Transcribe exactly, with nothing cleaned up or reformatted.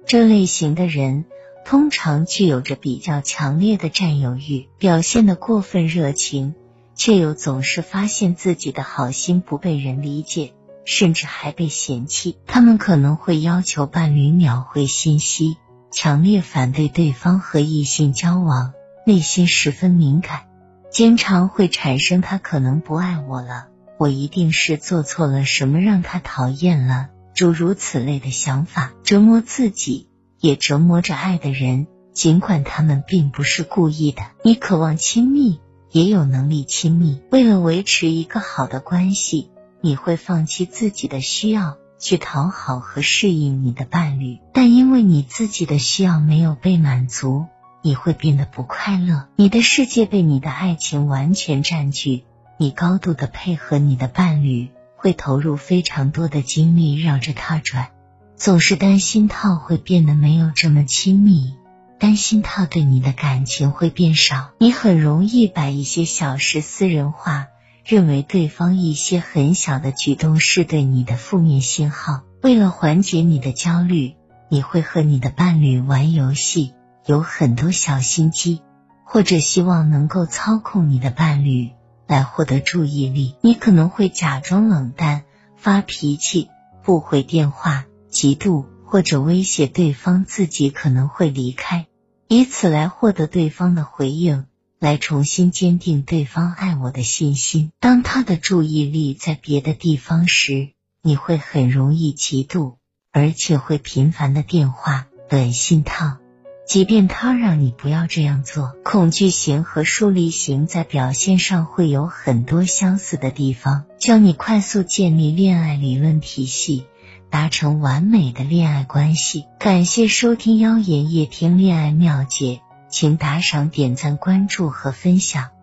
这类型的人通常具有着比较强烈的占有欲，表现得过分热情，却又总是发现自己的好心不被人理解，甚至还被嫌弃。他们可能会要求伴侣秒回信息，强烈反对对方和异性交往，内心十分敏感，经常会产生他可能不爱我了，我一定是做错了什么让他讨厌了，诸如此类的想法，折磨自己，也折磨着爱的人，尽管他们并不是故意的。你渴望亲密，也有能力亲密，为了维持一个好的关系，你会放弃自己的需要，去讨好和适应你的伴侣，但因为你自己的需要没有被满足，你会变得不快乐，你的世界被你的爱情完全占据，你高度的配合你的伴侣，会投入非常多的精力绕着他转，总是担心他会变得没有这么亲密，担心他对你的感情会变少。你很容易把一些小事私人化，认为对方一些很小的举动是对你的负面信号。为了缓解你的焦虑，你会和你的伴侣玩游戏，有很多小心机，或者希望能够操控你的伴侣来获得注意力。你可能会假装冷淡，发脾气，不回电话，嫉妒或者威胁对方自己可能会离开，以此来获得对方的回应，来重新坚定对方爱我的信心。当他的注意力在别的地方时，你会很容易嫉妒，而且会频繁的电话、短信他，即便他让你不要这样做。恐惧型和疏离型在表现上会有很多相似的地方，教你快速建立恋爱理论体系，达成完美的恋爱关系。感谢收听妖言夜听恋爱妙解，请打赏、点赞、关注和分享。